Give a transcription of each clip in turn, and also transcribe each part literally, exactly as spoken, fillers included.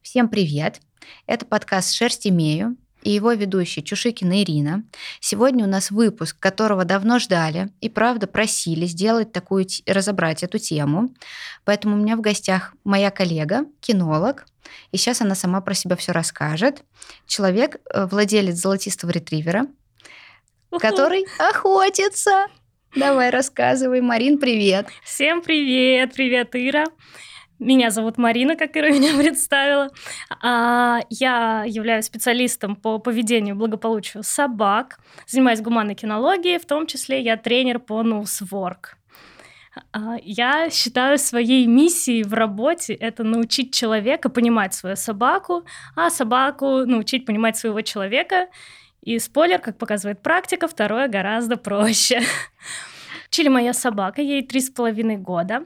Всем привет! Это подкаст «Шерсть имею» и его ведущая Чушикина Ирина. Сегодня у нас выпуск, которого давно ждали и, правда, просили сделать такую, разобрать эту тему. Поэтому у меня в гостях моя коллега, кинолог, и сейчас она сама про себя все расскажет. Человек, владелец золотистого ретривера, У-ху. который охотится. Давай, рассказывай. Марин, привет. Всем привет. Привет, Ира. Меня зовут Марина, как Ира меня представила. Я являюсь специалистом по поведению и благополучию собак, занимаюсь гуманной кинологией, в том числе я тренер по Nosework. Я считаю своей миссией в работе это научить человека понимать свою собаку, а собаку научить понимать своего человека. И спойлер, как показывает практика, второе гораздо проще. Чили моя собака, ей три с половиной года.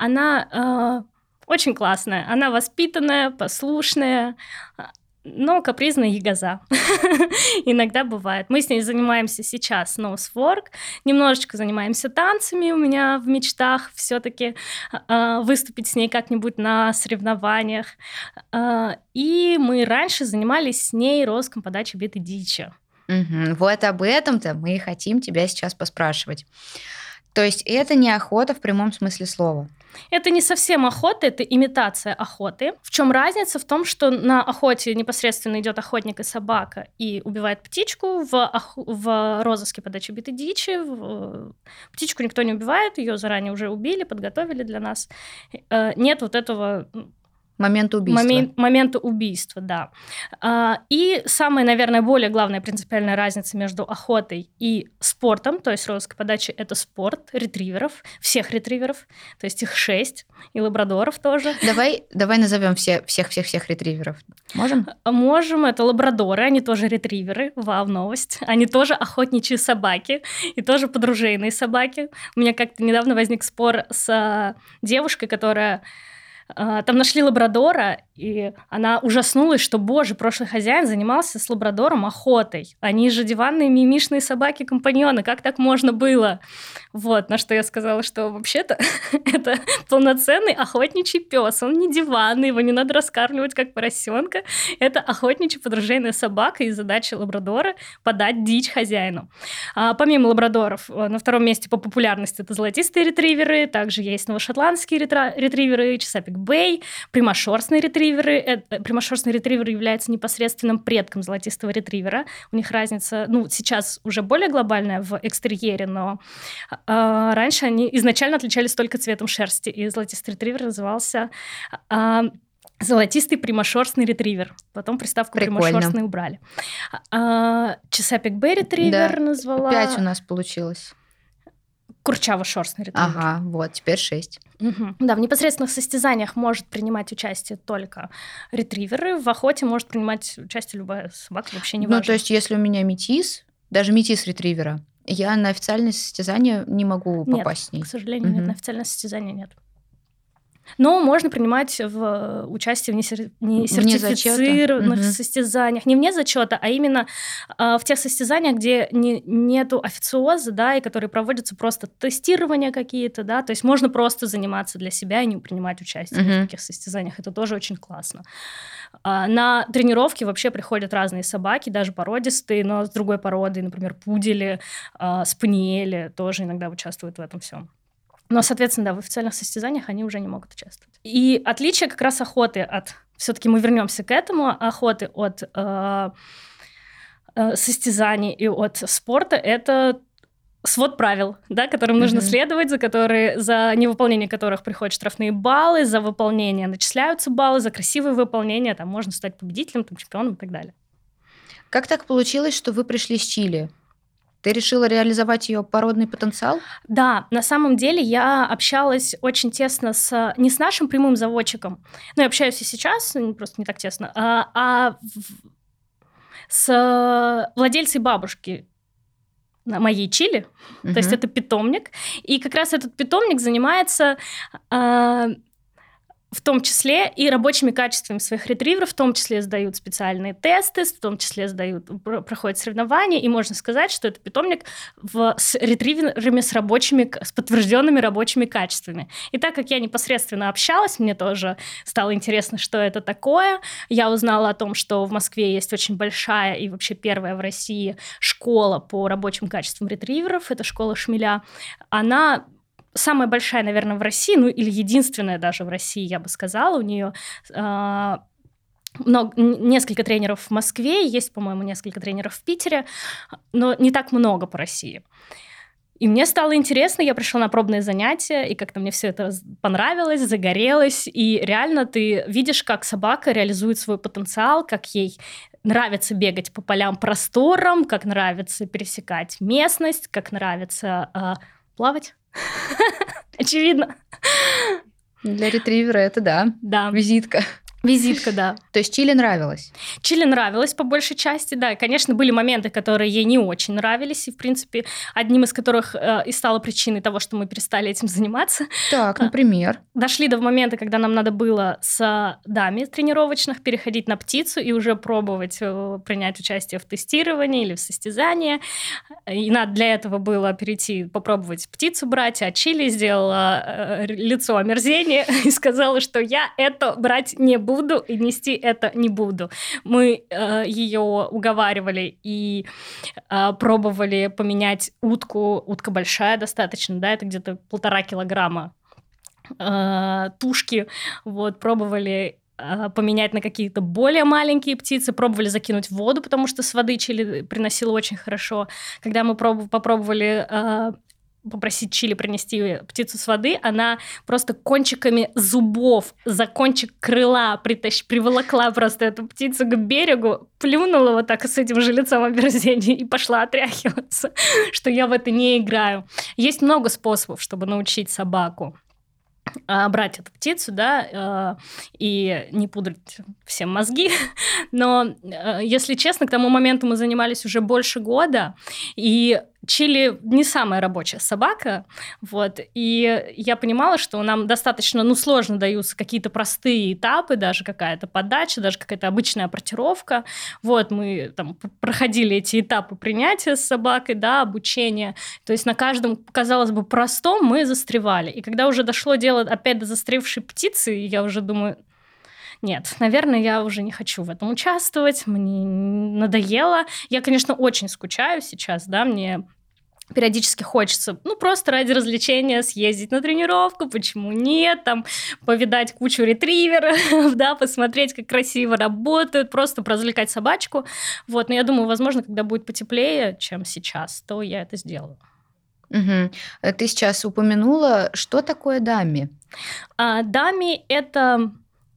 Она... Очень классная. Она воспитанная, послушная, но капризная ягоза. Иногда бывает. Мы с ней занимаемся сейчас Nosework, немножечко занимаемся танцами у меня в мечтах все-таки э, выступить с ней как-нибудь на соревнованиях. Э, и мы раньше занимались с ней розыском подачи битой дичи. Угу. Вот об этом-то мы и хотим тебя сейчас поспрашивать. То есть это не охота в прямом смысле слова? Это не совсем охота, это имитация охоты. В чем разница? В том, что на охоте непосредственно идет охотник и собака и убивает птичку. В, ох... в розыске подачи битой дичи в... птичку никто не убивает, ее заранее уже убили, подготовили для нас. Нет вот этого... Момента убийства. Момент, момента убийства, да. А, и самая, наверное, более главная принципиальная разница между охотой и спортом, то есть розыск подачи — это спорт ретриверов, всех ретриверов, то есть их шесть, и лабрадоров тоже. Давай, давай назовем все, всех-всех-всех ретриверов. Можем? Можем. Это лабрадоры, они тоже ретриверы, вау, новость. Они тоже охотничьи собаки и тоже подружейные собаки. У меня как-то недавно возник спор с девушкой, которая... Там нашли лабрадора, и она ужаснулась, что, боже, прошлый хозяин занимался с лабрадором охотой. Они же диванные мимишные собаки-компаньоны. Как так можно было? Вот, на что я сказала, что вообще-то это полноценный охотничий пес. Он не диванный, его не надо раскармливать как поросенка. Это охотничья подружейная собака, и задача лабрадора — подать дичь хозяину. А, помимо лабрадоров, на втором месте по популярности это золотистые ретриверы, также есть новошотландские ретра- ретриверы, Chesapeake Bay, прямошерстные ретриверы. Это, прямошерстный ретривер является непосредственным предком золотистого ретривера. У них разница, ну, сейчас уже более глобальная в экстерьере, но э, раньше они изначально отличались только цветом шерсти, и золотистый ретривер назывался э, золотистый прямошерстный ретривер. Потом приставку прямошерстный убрали. Э, Chesapeake Bay ретривер да, назвала... Пять у нас получилось. Курчаво-шерстный ретривер. Ага, вот, теперь шесть. Угу. Да, в непосредственных состязаниях может принимать участие только ретриверы, в охоте может принимать участие любая собака, вообще не важно. Ну, то есть, если у меня метис, даже метис ретривера, я на официальное состязание не могу попасть нет, с ней? К сожалению, угу. нет, на официальное состязание нет. Но можно принимать в участие в несертифицированных угу. состязаниях. Не вне зачета, а именно э, в тех состязаниях, где не, нету официоза, да, и которые проводятся просто тестирования какие-то, да, то есть можно просто заниматься для себя и не принимать участие угу. в таких состязаниях. Это тоже очень классно. А на тренировки вообще приходят разные собаки, даже породистые, но с другой породой, например, пудели, э, спаниели тоже иногда участвуют в этом всем. Но, соответственно, да, в официальных состязаниях они уже не могут участвовать. И отличие как раз охоты от... Все-таки мы вернемся к этому. Охоты от э, э, состязаний и от спорта — это свод правил, да, которым mm-hmm. нужно следовать, за, которые, за невыполнение которых приходят штрафные баллы, за выполнение начисляются баллы, за красивое выполнение там можно стать победителем, там, чемпионом и так далее. Как так получилось, что вы пришли с Чили? Ты решила реализовать ее породный потенциал? Да, на самом деле я общалась очень тесно с не с нашим прямым заводчиком, но я общаюсь и сейчас, просто не так тесно, а, а с владельцей бабушки моей Чили, uh-huh. то есть это питомник, и как раз этот питомник занимается... А, в том числе и рабочими качествами своих ретриверов, в том числе сдают специальные тесты, в том числе сдают, проходят соревнования, и можно сказать, что это питомник в, с ретриверами с рабочими, с подтвержденными рабочими качествами. И так как я непосредственно общалась, мне тоже стало интересно, что это такое. Я узнала о том, что в Москве есть очень большая и вообще первая в России школа по рабочим качествам ретриверов, это школа Шмеля. Она самая большая, наверное, в России, ну или единственная даже в России, я бы сказала. У нее э, много, несколько тренеров в Москве, есть, по-моему, несколько тренеров в Питере, но не так много по России. И мне стало интересно, я пришла на пробные занятия, и как-то мне все это понравилось, загорелось, и реально ты видишь, как собака реализует свой потенциал, как ей нравится бегать по полям просторам, как нравится пересекать местность, как нравится э, плавать. Очевидно. Для ретривера это да. Да. Визитка. Визитка, да. То есть Чили нравилось? Чили нравилось по большей части, да. И, конечно, были моменты, которые ей не очень нравились, и, в принципе, одним из которых э, и стало причиной того, что мы перестали этим заниматься. Так, например? Дошли до момента, когда нам надо было с дами тренировочных переходить на птицу и уже пробовать э, принять участие в тестировании или в состязании. И надо для этого было перейти, попробовать птицу брать, а Чили сделала э, лицо омерзения и сказала, что я это брать не буду. буду и нести это не буду. Мы э, ее уговаривали и э, пробовали поменять утку. Утка большая достаточно, да, это где-то полтора килограмма э, тушки. Вот, пробовали э, поменять на какие-то более маленькие птицы, пробовали закинуть в воду, потому что с воды Чили приносило очень хорошо. Когда мы проб- попробовали... Э, попросить Чили принести птицу с воды, она просто кончиками зубов за кончик крыла притащ... приволокла просто эту птицу к берегу, плюнула вот так с этим же лицом омерзения и пошла отряхиваться, что я в это не играю. Есть много способов, чтобы научить собаку брать эту птицу, да, и не пудрить всем мозги. Но, если честно, к тому моменту мы занимались уже больше года, и Чили не самая рабочая собака, вот, и я понимала, что нам достаточно, ну, сложно даются какие-то простые этапы, даже какая-то подача, даже какая-то обычная апортировка, вот, мы там проходили эти этапы принятия с собакой, да, обучения, то есть на каждом, казалось бы, простом мы застревали, и когда уже дошло дело опять до застревшей птицы, я уже думаю... Нет, наверное, я уже не хочу в этом участвовать, мне надоело. Я, конечно, очень скучаю сейчас, да, мне периодически хочется, ну, просто ради развлечения съездить на тренировку, почему нет, там, повидать кучу ретриверов, да, посмотреть, как красиво работают, просто поразвлекать собачку, вот, но я думаю, возможно, когда будет потеплее, чем сейчас, то я это сделаю. Угу. Ты сейчас упомянула, что такое дамми? А, дамми – это...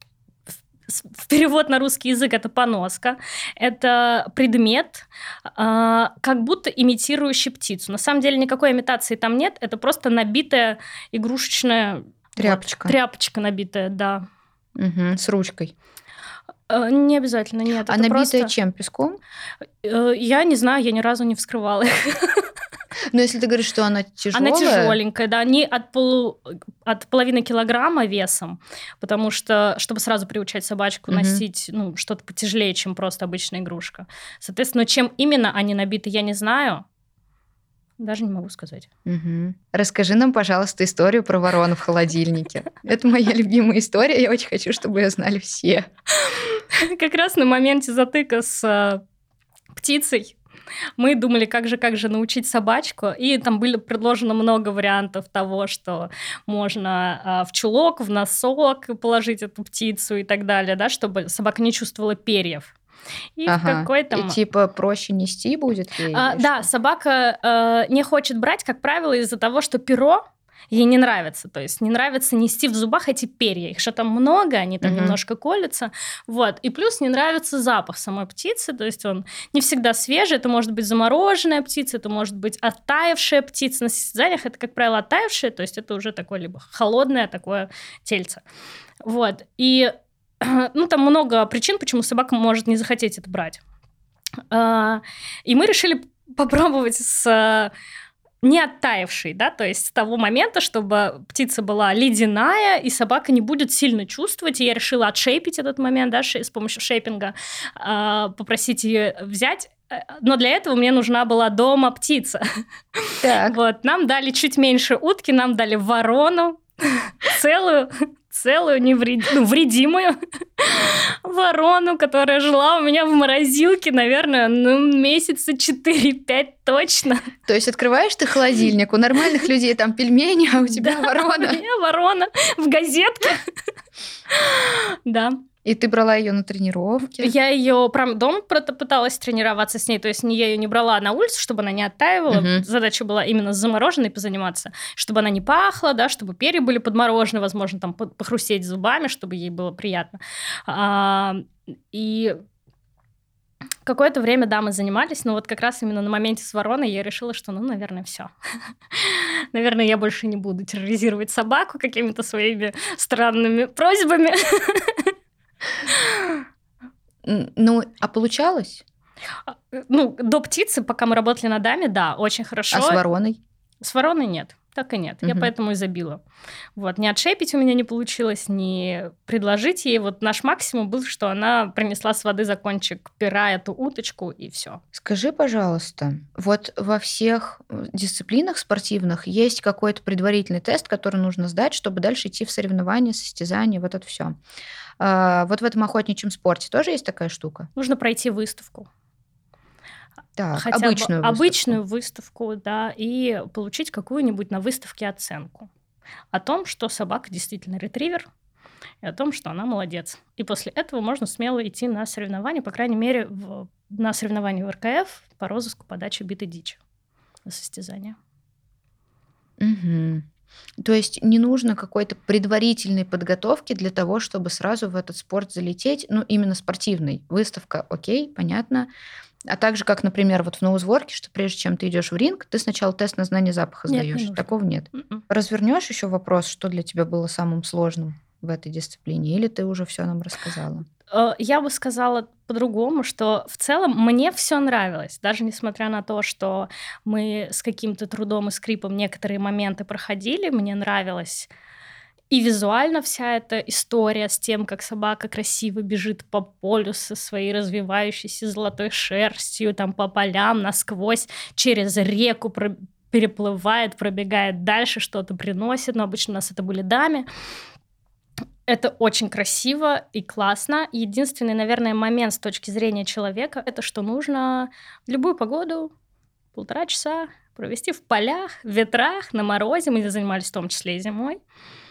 В перевод на русский язык это поноска. Это предмет, э, как будто имитирующий птицу. На самом деле никакой имитации там нет. Это просто набитая игрушечная... Тряпочка. Вот, тряпочка набитая, да. Угу, с ручкой. Э, не обязательно, нет. А это набитая просто... чем? Песком? Э, я не знаю, я ни разу не вскрывала их. Но если ты говоришь, что она тяжелая... Она тяжеленькая, да, не от, полу... от половины килограмма весом, потому что, чтобы сразу приучать собачку угу. носить ну, что-то потяжелее, чем просто обычная игрушка. Соответственно, чем именно они набиты, я не знаю, даже не могу сказать. Угу. Расскажи нам, пожалуйста, историю про ворону в холодильнике. Это моя любимая история, я очень хочу, чтобы ее знали все. Как раз на моменте затыка с птицей мы думали, как же, как же научить собачку, и там были предложено много вариантов того, что можно а, в чулок, в носок положить эту птицу и так далее, да, чтобы собака не чувствовала перьев. И ага. в какой-то... И типа проще нести будет ей? А, да, собака э, не хочет брать, как правило, из-за того, что перо ей не нравится, то есть не нравится нести в зубах эти перья, их же там много, они там uh-huh. немножко колются, вот, и плюс не нравится запах самой птицы, то есть он не всегда свежий, это может быть замороженная птица, это может быть оттаившая птица, на состязаниях это, как правило, оттаившая, то есть это уже такое либо холодное такое тельце, вот, и, ну, там много причин, почему собака может не захотеть это брать, и мы решили попробовать с... не оттаивший, да, то есть с того момента, чтобы птица была ледяная, и собака не будет сильно чувствовать, и я решила отшейпить этот момент, да, с помощью шейпинга, э, попросить ее взять, но для этого мне нужна была дома птица. Так. Вот, нам дали чуть меньше утки, нам дали ворону, целую, целую невред... ну, вредимую ворону, которая жила у меня в морозилке, наверное, ну, месяца четыре-пять точно. То есть открываешь ты холодильник, у нормальных людей там пельмени, а у тебя ворона. У меня ворона в газетке. Да. И ты брала ее на тренировки? Я ее прям дома пыталась тренироваться с ней, то есть я ее не брала на улицу, чтобы она не оттаивала. Uh-huh. Задача была именно с замороженной позаниматься, чтобы она не пахла, да, чтобы перья были подморожены, возможно, там похрустеть зубами, чтобы ей было приятно. А, и какое-то время, да, мы занимались, но вот как раз именно на моменте с вороной я решила, что, ну, наверное, все. Наверное, я больше не буду терроризировать собаку какими-то своими странными просьбами. Ну, а получалось? Ну, до птицы, пока мы работали на даме, да, очень хорошо. А с вороной? С вороной нет, так и нет. Угу. Я поэтому и забила. Вот, не отшепить у меня не получилось, не предложить ей. Вот наш максимум был, что она принесла с воды за кончик пера эту уточку, и все. Скажи, пожалуйста, вот во всех дисциплинах спортивных есть какой-то предварительный тест, который нужно сдать, чтобы дальше идти в соревнования, состязания, вот это все. А, вот в этом охотничьем спорте тоже есть такая штука? Нужно пройти выставку. Так, Хотя обычную бы выставку. Обычную выставку, да, и получить какую-нибудь на выставке оценку о том, что собака действительно ретривер, и о том, что она молодец. И после этого можно смело идти на соревнования, по крайней мере, в, на соревнования в эр ка эф по розыску подачи битой дичи на состязание. Угу. То есть не нужно какой-то предварительной подготовки для того, чтобы сразу в этот спорт залететь, ну, именно спортивный. Выставка, окей, понятно. А также, как, например, вот в ноузворке, что прежде чем ты идешь в ринг, ты сначала тест на знание запаха сдаешь. Не Такого нет. Mm-mm. Развернешь еще вопрос, что для тебя было самым сложным в этой дисциплине, или ты уже все нам рассказала? Я бы сказала по-другому, что в целом мне все нравилось, даже несмотря на то, что мы с каким-то трудом и скрипом некоторые моменты проходили, мне нравилось и визуально вся эта история с тем, как собака красиво бежит по полю со своей развивающейся золотой шерстью, там по полям насквозь, через реку про- переплывает, пробегает дальше, что-то приносит, но обычно у нас это были дами. Это очень красиво и классно. Единственный, наверное, момент с точки зрения человека, это что нужно в любую погоду полтора часа провести в полях, в ветрах, на морозе. Мы занимались в том числе и зимой.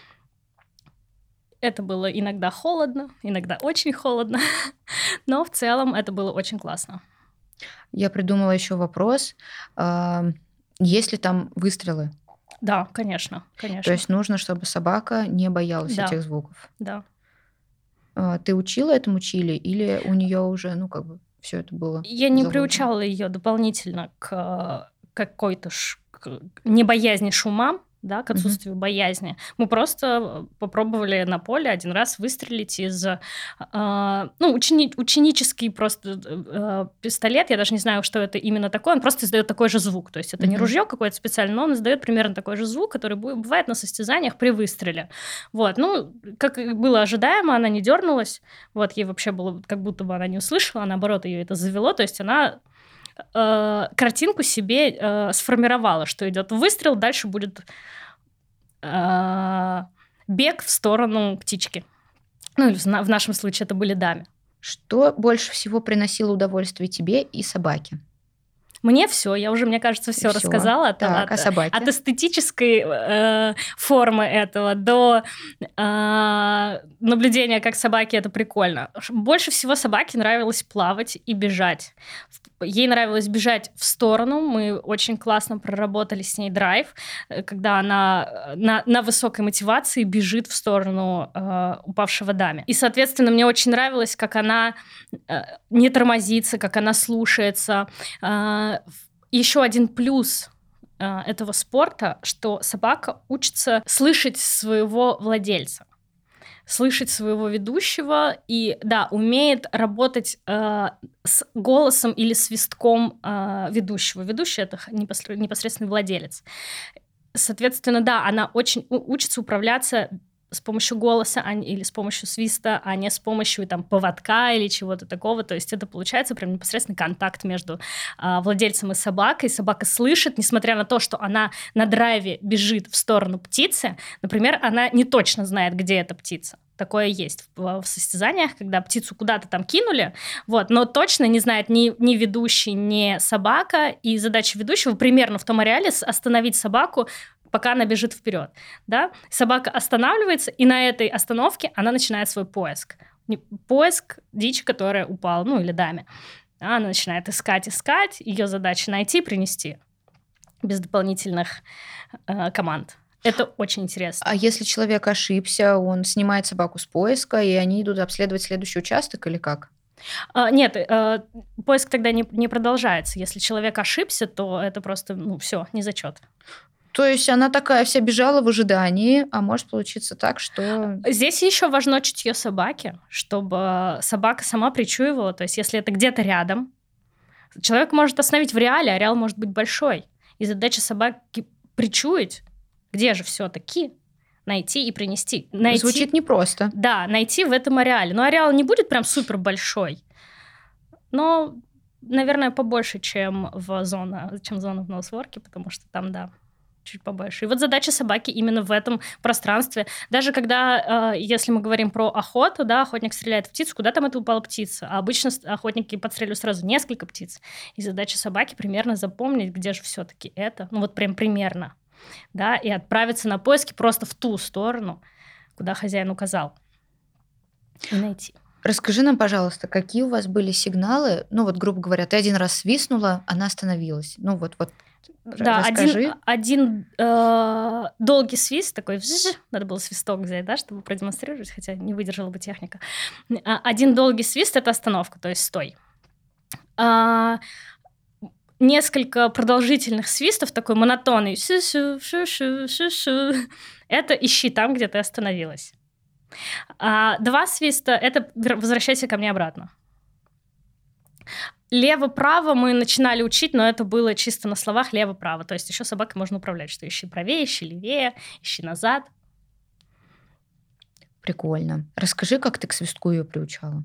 Это было иногда холодно, иногда очень холодно, но в целом это было очень классно. Я придумала еще вопрос. Есть ли там выстрелы? Да, конечно, конечно. То есть нужно, чтобы собака не боялась да. этих звуков? Да. Ты учила этому, учили? Или у нее уже, ну, как бы, все это было Я не заложено? приучала ее дополнительно к какой-то ш... к небоязни шумам, да, к отсутствию mm-hmm. боязни. Мы просто попробовали на поле один раз выстрелить из... Э, ну, учени... ученический просто э, пистолет, я даже не знаю, что это именно такое, он просто издает такой же звук. То есть это mm-hmm. не ружье какое-то специальное, но он издает примерно такой же звук, который бывает на состязаниях при выстреле. Вот, ну, как было ожидаемо, она не дернулась, вот, ей вообще было как будто бы она не услышала, наоборот, ее это завело, то есть она... картинку себе э, сформировала, что идет выстрел, дальше будет э, бег в сторону птички. Ну, или в нашем случае это были дами. Что больше всего приносило удовольствие тебе и собаке? Мне все, я уже, мне кажется, все рассказала. От, так, от, а от эстетической э, формы этого до э, наблюдения, как собаки, это прикольно. Больше всего собаке нравилось плавать и бежать. Ей нравилось бежать в сторону. Мы очень классно проработали с ней драйв, когда она на, на высокой мотивации бежит в сторону э, упавшего даме. И, соответственно, мне очень нравилось, как она э, не тормозится, как она слушается. Э, еще один плюс э, этого спорта, что собака учится слышать своего владельца. слышать своего ведущего и, да, умеет работать э, с голосом или свистком э, ведущего. Ведущий — это непосредственный владелец. Соответственно, да, она очень учится управляться с помощью голоса а, или с помощью свиста, а не с помощью там, поводка или чего-то такого. То есть это получается прям непосредственный контакт между а, владельцем и собакой. Собака слышит, несмотря на то, что она на драйве бежит в сторону птицы, например, она не точно знает, где эта птица. Такое есть в, в состязаниях, когда птицу куда-то там кинули, вот, но точно не знает ни, ни ведущий, ни собака. И задача ведущего примерно в том ареале остановить собаку, пока она бежит вперед, да, собака останавливается, и на этой остановке она начинает свой поиск. Поиск дичи, которая упала, ну, или даме. Она начинает искать, искать, ее задача найти, принести, без дополнительных э, команд. Это очень интересно. А если человек ошибся, он снимает собаку с поиска, и они идут обследовать следующий участок, или как? А, нет, э, поиск тогда не, не продолжается. Если человек ошибся, то это просто, ну, все, не зачет. То есть она такая вся бежала в ожидании, а может получиться так, что... Здесь еще важно чутье собаки, чтобы собака сама причуивала. То есть если это где-то рядом, человек может остановить в реале, а реал может быть большой. И задача собаки причуять, где же все-таки найти и принести. Найти, звучит непросто. Да, найти в этом ареале. Но ареал не будет прям супер большой, но, наверное, побольше, чем в зона, чем зона в Ноусворке, потому что там, да, чуть побольше. И вот задача собаки именно в этом пространстве. Даже когда, э, если мы говорим про охоту, да, охотник стреляет в птицу, куда там это упала птица? А обычно охотники подстреливают сразу несколько птиц. И задача собаки примерно запомнить, где же все-таки это. Ну вот прям примерно. Да, и отправиться на поиски просто в ту сторону, куда хозяин указал. И найти. Расскажи нам, пожалуйста, какие у вас были сигналы? Ну вот, грубо говоря, ты один раз свистнула, она остановилась. Ну вот, вот. Да, расскажи. один, один э, долгий свист, такой, надо было свисток взять, да, чтобы продемонстрировать, хотя не выдержала бы техника. Один долгий свист — это остановка, то есть стой. А, несколько продолжительных свистов, такой монотонный, шу-шу, шу-шу, шу-шу, это ищи там, где ты остановилась. А, два свиста — это возвращайся ко мне обратно. Лево-право мы начинали учить, но это было чисто на словах лево-право. То есть еще собакой можно управлять, что ищи правее, ищи левее, ищи назад. Прикольно. Расскажи, как ты к свистку ее приучала?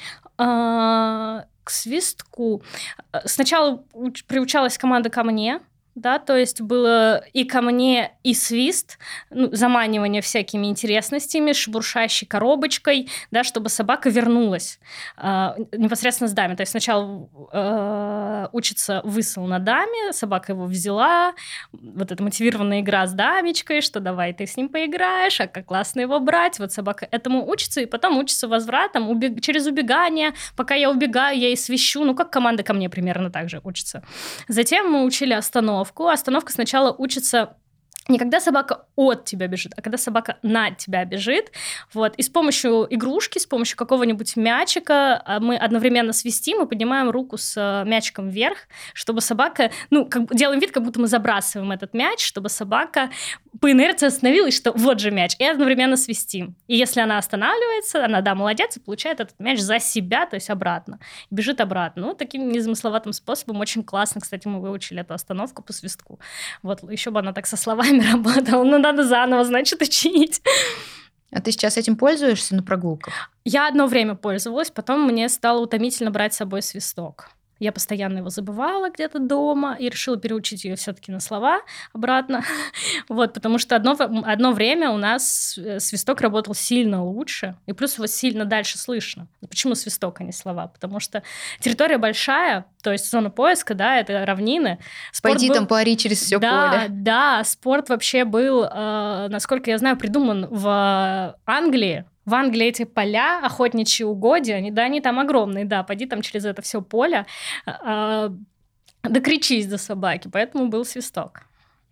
А, к свистку. Сначала приучалась команда ко мне. Да, то есть было и ко мне, и свист, ну, заманивание всякими интересностями, шебуршащей коробочкой, да, чтобы собака вернулась э, непосредственно с даме. То есть сначала э, учится высыл на даме, собака его взяла, вот эта мотивированная игра с дамечкой, что давай ты с ним поиграешь, а как классно его брать. Вот собака этому учится, и потом учится возвратом убег... через убегание. Пока я убегаю, я и свищу, ну, как команда ко мне примерно так же учится. Затем мы учили остановку. Остановка сначала учится не когда собака от тебя бежит, а когда собака на тебя бежит. Вот. И с помощью игрушки, с помощью какого-нибудь мячика мы одновременно свистим и поднимаем руку с мячиком вверх, чтобы собака... Ну, как, делаем вид, как будто мы забрасываем этот мяч, чтобы собака по инерции остановилась, что вот же мяч, и одновременно свистим. И если она останавливается, она, да, молодец, и получает этот мяч за себя, то есть обратно. И бежит обратно. Ну, таким незамысловатым способом очень классно. Кстати, мы выучили эту остановку по свистку. Вот, еще бы она так со словами работала. Ну, надо заново, значит, учить. А ты сейчас этим пользуешься на прогулках? Я одно время пользовалась, потом мне стало утомительно брать с собой свисток. Я постоянно его забывала где-то дома и решила переучить ее все-таки на слова обратно. Вот, потому что одно, одно время у нас свисток работал сильно лучше, и плюс его сильно дальше слышно. Почему свисток, а не слова? Потому что территория большая, то есть зона поиска, да, это равнины. Спорт Пойди был... там поори через все да, поле. Да, спорт вообще был, э, насколько я знаю, придуман в Англии. В Англии эти поля, охотничьи угодья, они, да, они там огромные, да, пойди там через это все поле, э, докричись до собаки, поэтому был свисток.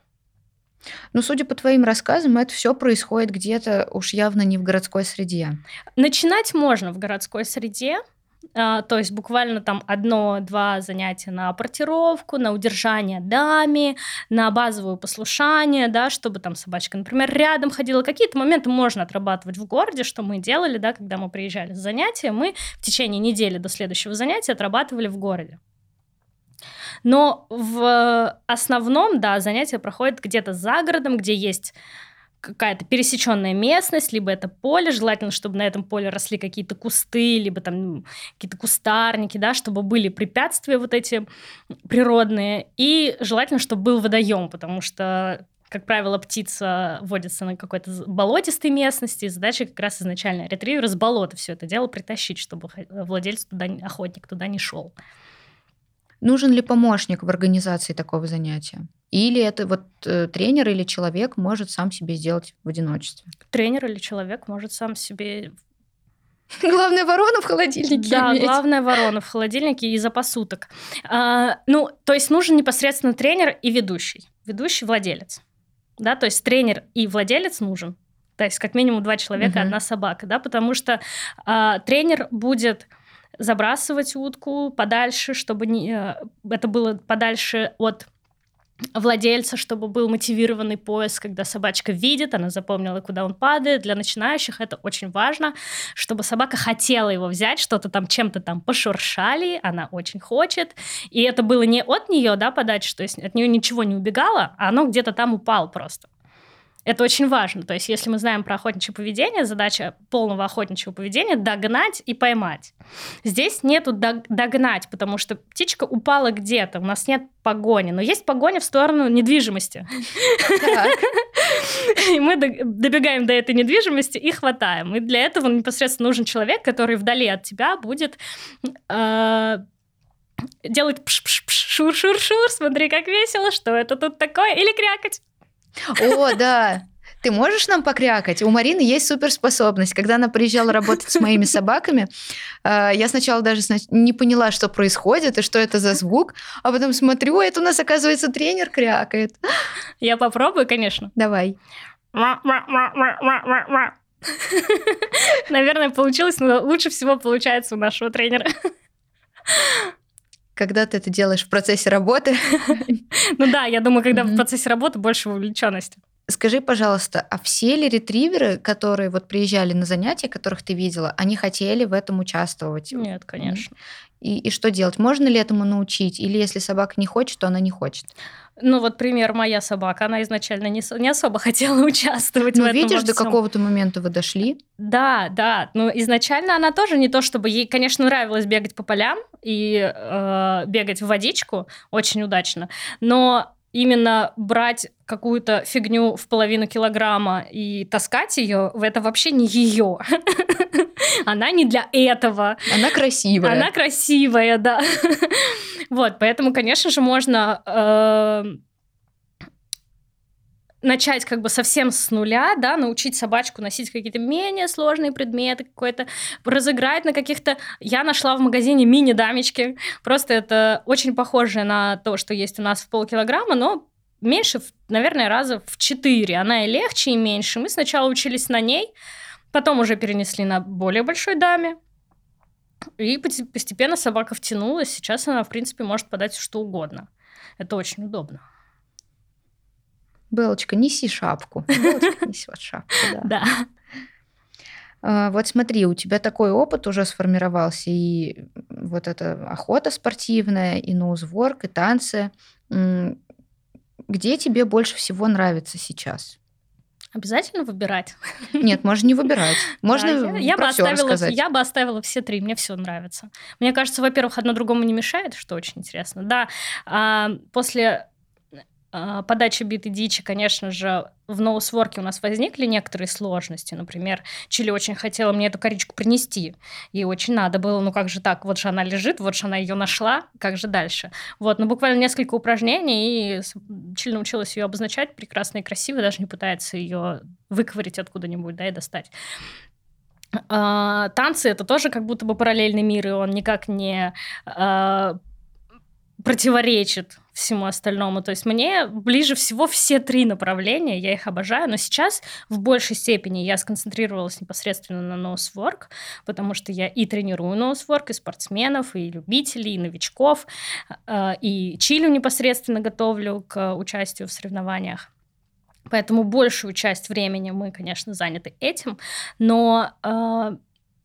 Ну, судя по твоим рассказам, это все происходит где-то уж явно не в городской среде. Начинать можно в городской среде, А, то есть буквально там одно-два занятия на апортировку, на удержание даме, на базовое послушание, да, чтобы там собачка, например, рядом ходила. Какие-то моменты можно отрабатывать в городе, что мы делали, да, когда мы приезжали с занятия, мы в течение недели до следующего занятия отрабатывали в городе. Но в основном, да, занятия проходят где-то за городом, где есть какая-то пересеченная местность, либо это поле, желательно, чтобы на этом поле росли какие-то кусты, либо там какие-то кустарники, да, чтобы были препятствия вот эти природные, и желательно, чтобы был водоем, потому что, как правило, птица водится на какой-то болотистой местности, и задача как раз изначально ретривера с болота все это дело притащить, чтобы владелец туда, охотник туда не шел. Нужен ли помощник в организации такого занятия? Или это вот э, тренер или человек может сам себе сделать в одиночестве? Тренер или человек может сам себе... Главное, ворону в холодильнике Да, иметь. главное, ворону в холодильнике и запас уток. А, ну, то есть нужен непосредственно тренер и ведущий. Ведущий — владелец. Да, то есть тренер и владелец нужен. То есть как минимум два человека, Мгм. одна собака, да, потому что а, тренер будет забрасывать утку подальше, чтобы не, э, это было подальше от владельца, чтобы был мотивированный поиск, когда собачка видит, она запомнила, куда он падает. Для начинающих это очень важно, чтобы собака хотела его взять, что-то там чем-то там пошуршали, она очень хочет. И это было не от нее, да, подача, то есть от нее ничего не убегало, а оно где-то там упало просто. Это очень важно. То есть если мы знаем про охотничье поведение, задача полного охотничьего поведения — догнать и поймать. Здесь нету догнать, потому что птичка упала где-то, у нас нет погони, но есть погоня в сторону недвижимости. Так. И мы добегаем до этой недвижимости и хватаем. И для этого непосредственно нужен человек, который вдали от тебя будет... Э- делать пш-пш-пш, шур-шур-шур, смотри, как весело, что это тут такое, или крякать. О, да. Ты можешь нам покрякать? У Марины есть суперспособность. Когда она приезжала работать с моими собаками, э, я сначала даже снач- не поняла, что происходит и что это за звук, а потом смотрю, это у нас, оказывается, тренер крякает. Я попробую, конечно. Давай. Наверное, получилось, но лучше всего получается у нашего тренера. Когда ты это делаешь в процессе работы. Ну да, я думаю, когда Мгм. в процессе работы больше вовлеченности. Скажи, пожалуйста, а все ли ретриверы, которые вот приезжали на занятия, которых ты видела, они хотели в этом участвовать? Нет, конечно. И, и что делать? Можно ли этому научить? Или если собака не хочет, то она не хочет? Ну вот пример, моя собака, она изначально не, со- не особо хотела участвовать в Ну, этом видишь, во до всём. какого-то момента вы дошли. Да, да. Но изначально она тоже не то, чтобы ей, конечно, нравилось бегать по полям и э, бегать в водичку очень удачно, но именно брать какую-то фигню в половину килограмма и таскать ее, это вообще не ее. Она не для этого. Она красивая. Она красивая, да. Вот, поэтому, конечно же, можно э, начать как бы совсем с нуля, да, научить собачку носить какие-то менее сложные предметы, какой-то разыграть на каких-то... Я нашла в магазине мини-дамечки, просто это очень похоже на то, что есть у нас в полкилограмма, но меньше, наверное, раза в четыре. Она и легче, и меньше. Мы сначала учились на ней, потом уже перенесли на более большой даме, и постепенно собака втянулась. Сейчас она, в принципе, может подать что угодно. Это очень удобно. Белочка, неси шапку. Белочка несет шапку, да. Да. А, вот смотри, у тебя такой опыт уже сформировался, и вот эта охота спортивная, и ноузворк, и танцы. М, Где тебе больше всего нравится сейчас? Обязательно выбирать. Нет, можно не выбирать. Можно Да, я, я бы про все оставила, рассказать. я бы оставила все три, мне все нравится. Мне кажется, во-первых, одно другому не мешает, что очень интересно. Да, а, после а, подачи битой дичи, конечно же, в ноусворке у нас возникли некоторые сложности. Например, Чили очень хотела мне эту коричку принести. Ей очень надо было, ну как же так, вот же она лежит, вот же она ее нашла, как же дальше? Вот, ну буквально несколько упражнений, и Чили научилась ее обозначать прекрасно и красиво, даже не пытается ее выковырить откуда-нибудь, да, и достать. А, танцы — это тоже как будто бы параллельный мир, и он никак не а, противоречит всему остальному. То есть мне ближе всего все три направления, я их обожаю, но сейчас в большей степени я сконцентрировалась непосредственно на ноусворк, потому что я и тренирую ноусворк, и спортсменов, и любителей, и новичков, и чилю непосредственно готовлю к участию в соревнованиях. Поэтому большую часть времени мы, конечно, заняты этим, но э,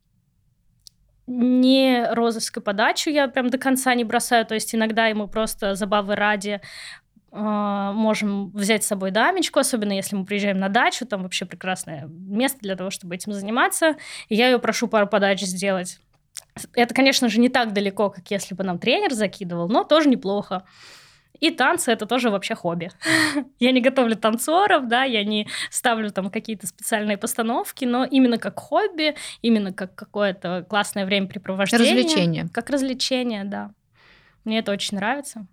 не розыск и подачу я прям до конца не бросаю, то есть иногда и мы просто забавы ради э, можем взять с собой дамечку, особенно если мы приезжаем на дачу, там вообще прекрасное место для того, чтобы этим заниматься, и я ее прошу пару подач сделать. Это, конечно же, не так далеко, как если бы нам тренер закидывал, но тоже неплохо. И танцы — это тоже вообще хобби. Я не готовлю танцоров, да, я не ставлю там какие-то специальные постановки, но именно как хобби, именно как какое-то классное времяпрепровождение. Развлечение. Как развлечение, да. Мне это очень нравится.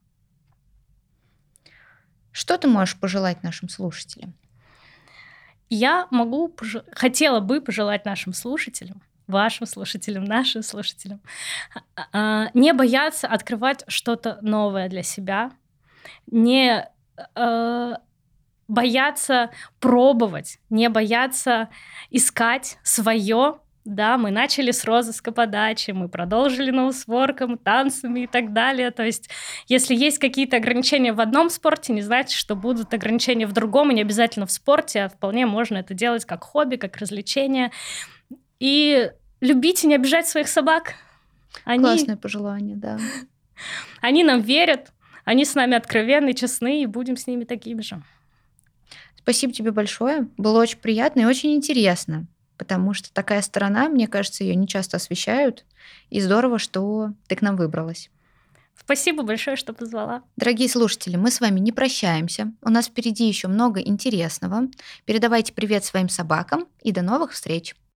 Что ты можешь пожелать нашим слушателям? Я могу, пож... хотела бы пожелать нашим слушателям, вашим слушателям, нашим слушателям, не бояться открывать что-то новое для себя, не э, бояться пробовать, не бояться искать свое. Да, мы начали с розыска подачи, мы продолжили ноусворком, танцами и так далее. То есть, если есть какие-то ограничения в одном спорте, не значит, что будут ограничения в другом, и не обязательно в спорте, а вполне можно это делать как хобби, как развлечение. И любить и не обижать своих собак. Они... Классное пожелание, да. Они нам верят, они с нами откровенны, честны, и будем с ними такими же. Спасибо тебе большое. Было очень приятно и очень интересно, потому что такая сторона, мне кажется, ее не часто освещают, и здорово, что ты к нам выбралась. Спасибо большое, что позвала. Дорогие слушатели, мы с вами не прощаемся. У нас впереди еще много интересного. Передавайте привет своим собакам и до новых встреч.